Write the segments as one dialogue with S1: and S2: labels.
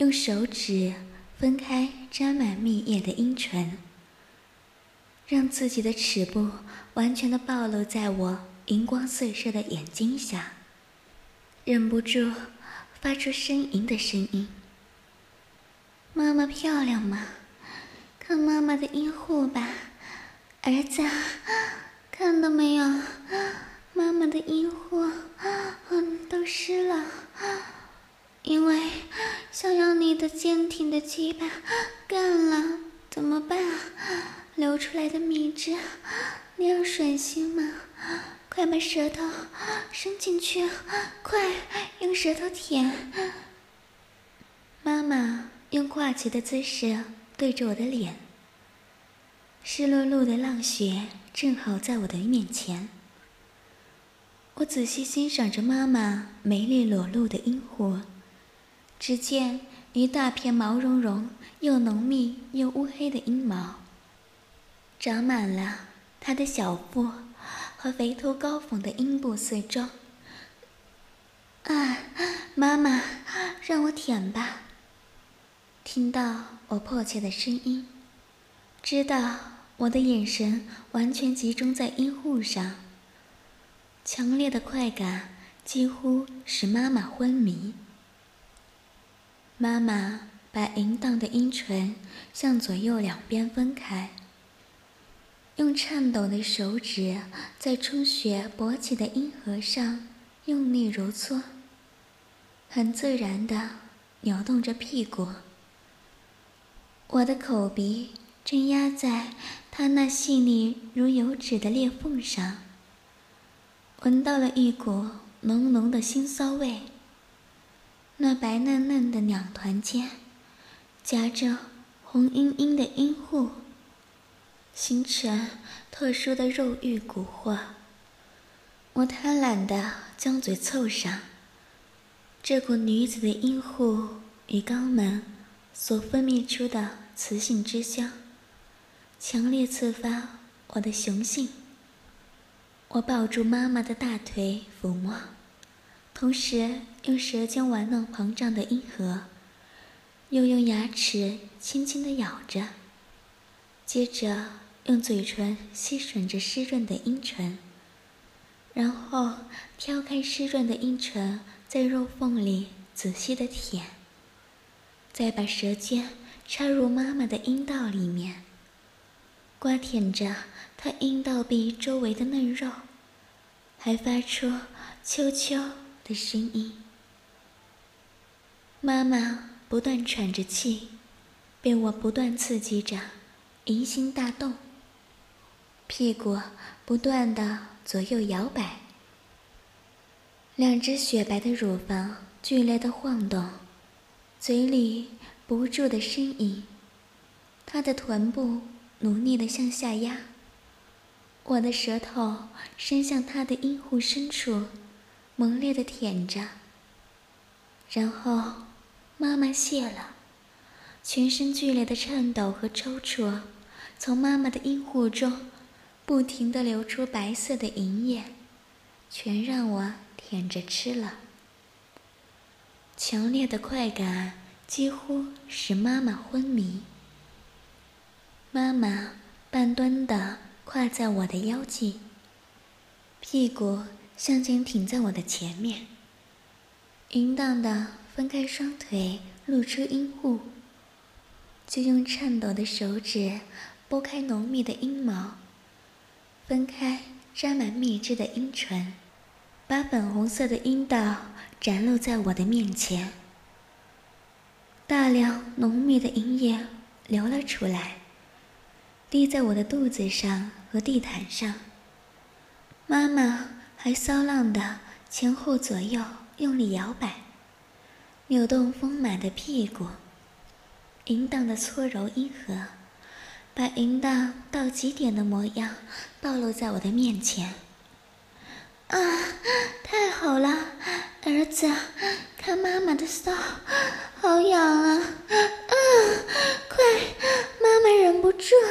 S1: 用手指分开沾满蜜液的阴唇，让自己的齿部完全的暴露在我银光四射的眼睛下，忍不住发出呻吟的声音。妈妈漂亮吗？看妈妈的阴户吧，儿子，看到没有？妈妈的阴户，都湿了，因为想让你的坚挺的鸡巴干了，怎么办？流出来的蜜汁，你要吮吸吗？快把舌头伸进去，快用舌头舔。妈妈用挂起的姿势对着我的脸，湿漉漉的浪穴正好在我的面前。我仔细欣赏着妈妈美丽裸露的阴户，只见一大片毛茸茸又浓密又乌黑的阴毛长满了她的小腹和肥头高耸的阴部四周。妈妈，让我舔吧。听到我迫切的声音，知道我的眼神完全集中在阴户上，强烈的快感几乎使妈妈昏迷。妈妈把淫荡的阴唇向左右两边分开，用颤抖的手指在充血勃起的阴核上用力揉搓，很自然地扭动着屁股。我的口鼻正压在她那细腻如油脂的裂缝上，闻到了一股浓浓的腥骚味。那白嫩嫩的两团间夹着红晕晕的阴户，形成特殊的肉欲蛊惑。我贪婪地将嘴凑上，这股女子的阴户与肛门所分泌出的雌性之香强烈刺发我的雄性。我抱住妈妈的大腿抚摸，同时用舌尖玩弄膨胀的阴核，又用牙齿轻轻地咬着，接着用嘴唇吸吮着湿润的阴唇，然后挑开湿润的阴唇在肉缝里仔细地舔，再把舌尖插入妈妈的阴道里面，刮舔着她阴道壁周围的嫩肉，还发出啾啾的声音。妈妈不断喘着气，被我不断刺激着，淫心大动，屁股不断地左右摇摆，两只雪白的乳房剧烈地晃动，嘴里不住地呻吟。她的臀部努力地向下压，我的舌头伸向她的阴户深处，猛烈地舔着。然后妈妈泄了，全身剧烈的颤抖和抽搐，从妈妈的阴户中不停地流出白色的银液，全让我舔着吃了。强烈的快感几乎使妈妈昏迷。妈妈半蹲地跨在我的腰际，屁股向前挺在我的前面，淫荡地分开双腿露出阴户，就用颤抖的手指拨开浓密的阴毛，分开沾满蜜汁的阴唇，把粉红色的阴道展露在我的面前。大量浓密的阴液流了出来，滴在我的肚子上和地毯上。妈妈还骚浪地前后左右用力摇摆，扭动丰满的屁股，淫荡的搓揉阴核，把淫荡到极点的模样暴露在我的面前。太好了，儿子，看妈妈的骚，好痒啊！快，妈妈忍不住，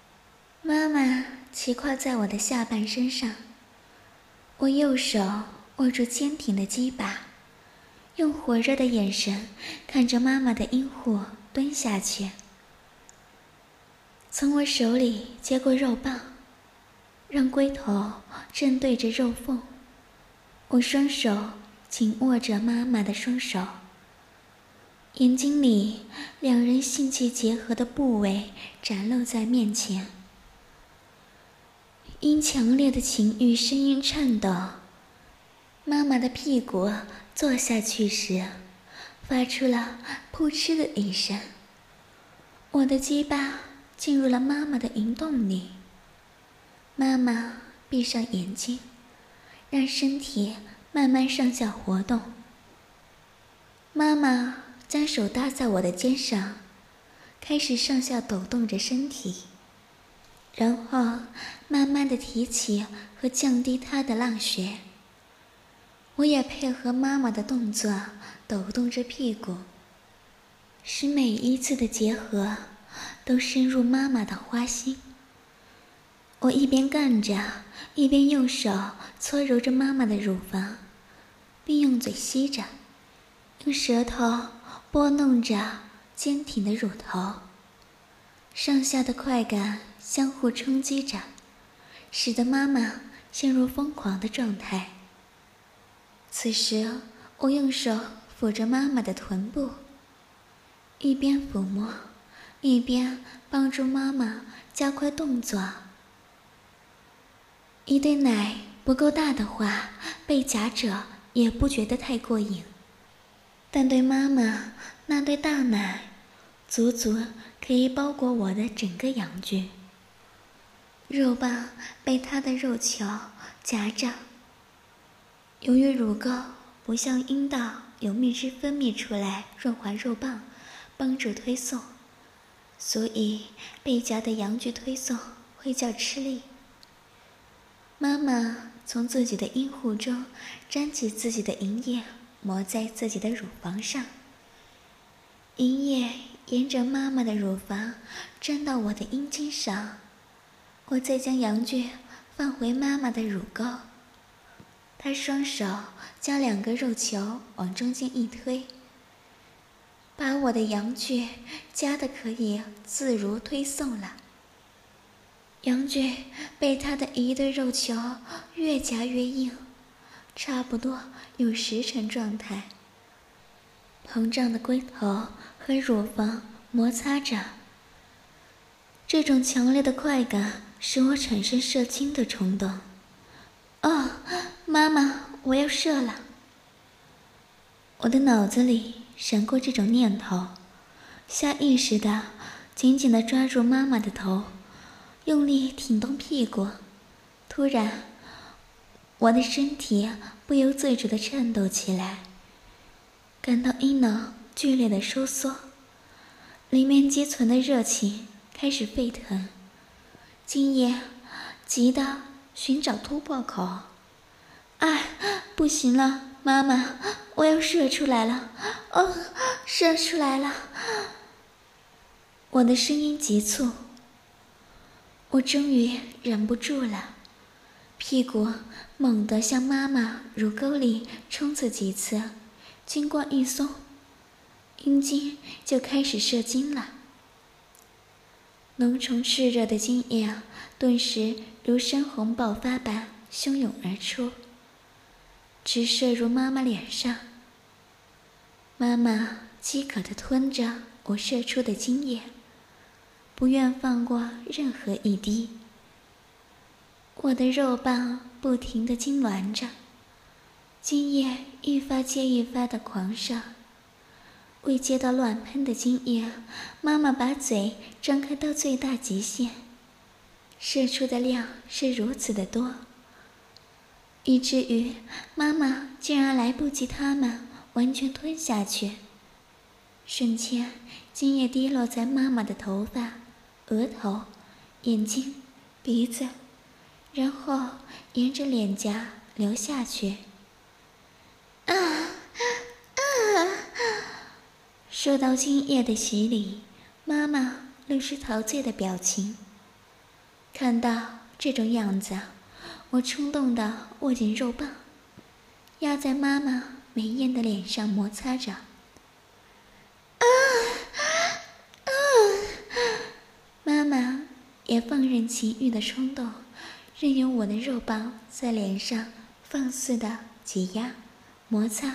S1: 妈妈骑跨在我的下半身上，我右手握住坚挺的鸡巴，用火热的眼神看着妈妈的阴户蹲下去，从我手里接过肉棒，让龟头正对着肉缝。我双手紧握着妈妈的双手，眼睛里两人性器结合的部位展露在面前。因强烈的情欲，声音颤抖。妈妈的屁股坐下去时，发出了扑哧的一声。我的鸡巴进入了妈妈的阴洞里。妈妈闭上眼睛，让身体慢慢上下活动。妈妈将手搭在我的肩上，开始上下抖动着身体，然后慢慢地提起和降低她的浪穴。我也配合妈妈的动作，抖动着屁股，使每一次的结合都深入妈妈的花心。我一边干着，一边用手搓揉着妈妈的乳房，并用嘴吸着，用舌头拨弄着坚挺的乳头。上下的快感相互冲击着，使得妈妈陷入疯狂的状态。此时，我用手抚着妈妈的臀部，一边抚摸，一边帮助妈妈加快动作。一对奶不够大的话，被夹着也不觉得太过瘾，但对妈妈那对大奶，足足可以包裹我的整个阳具。肉棒被她的肉球夹着，由于乳沟不像阴道有蜜汁分泌出来润滑肉棒帮助推送，所以被夹的阳具推送会较吃力。妈妈从自己的阴户中沾起自己的银液，抹在自己的乳房上，银液沿着妈妈的乳房沾到我的阴茎上。我再将阳具放回妈妈的乳沟，她双手将两个肉球往中间一推，把我的阳具夹得可以自如推送了。阳具被她的一对肉球越夹越硬，差不多有10成状态。膨胀的龟头和乳房摩擦着，这种强烈的快感使我产生射精的冲动。哦，妈妈，我要射了！我的脑子里闪过这种念头，下意识地紧紧地抓住妈妈的头，用力挺动屁股。突然，我的身体不由自主地颤抖起来，感到阴囊剧烈的收缩，里面积存的热情开始沸腾，精液急得寻找突破口。哎，不行了，妈妈，我要射出来了！哦，射出来了！我的声音急促，我终于忍不住了，屁股猛地向妈妈乳沟里冲刺几次，精光一松，阴茎就开始射精了。浓稠炽热的精液顿时如山洪爆发般汹涌而出，直射入妈妈脸上。妈妈饥渴地吞着我射出的精液，不愿放过任何一滴。我的肉棒不停地痉挛着，精液一发接一发地狂上。为接到乱喷的精液，妈妈把嘴张开到最大极限，射出的量是如此的多，以至于妈妈竟然来不及它们完全吞下去。瞬间，精液滴落在妈妈的头发、额头、眼睛、鼻子，然后沿着脸颊流下去。受到精液的洗礼，妈妈露出陶醉的表情。看到这种样子，我冲动地握紧肉棒， 压在妈妈美艳的脸上摩擦着。妈妈也放任情欲的冲动，任由我的肉棒在脸上放肆的挤压、摩擦。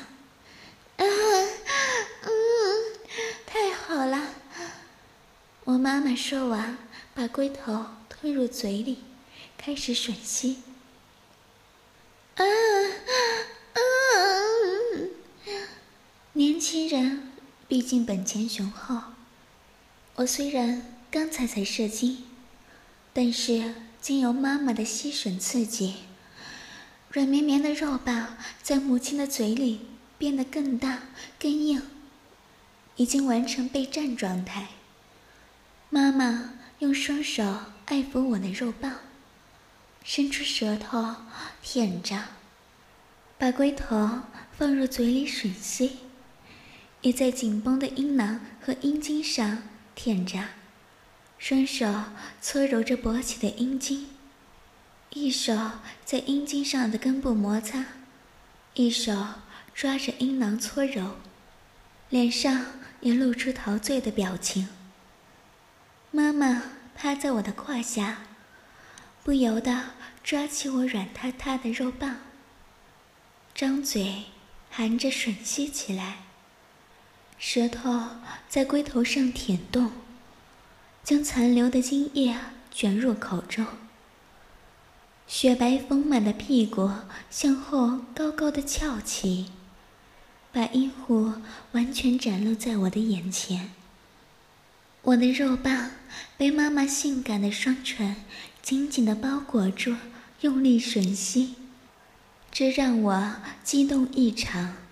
S1: 太好了！我妈妈说完，把龟头吞入嘴里，开始吮吸。年轻人毕竟本钱雄厚，我虽然刚才射精，但是经由妈妈的吸吮刺激，软绵绵的肉棒在母亲的嘴里变得更大更硬，已经完成备战状态。妈妈用双手爱抚我的肉棒，伸出舌头舔着，把龟头放入嘴里吮吸，也在紧绷的阴囊和阴茎上舔着，双手搓揉着勃起的阴茎，一手在阴茎上的根部摩擦，一手抓着阴囊搓揉，脸上也露出陶醉的表情。妈妈趴在我的胯下，不由得抓起我软塌塌的肉棒，张嘴含着吮吸起来，舌头在龟头上舔动，将残留的精液卷入口中。雪白丰满的屁股向后高高的翘起，把阴户完全展露在我的眼前。我的肉棒被妈妈性感的双唇紧紧地包裹住，用力吮吸，这让我激动异常。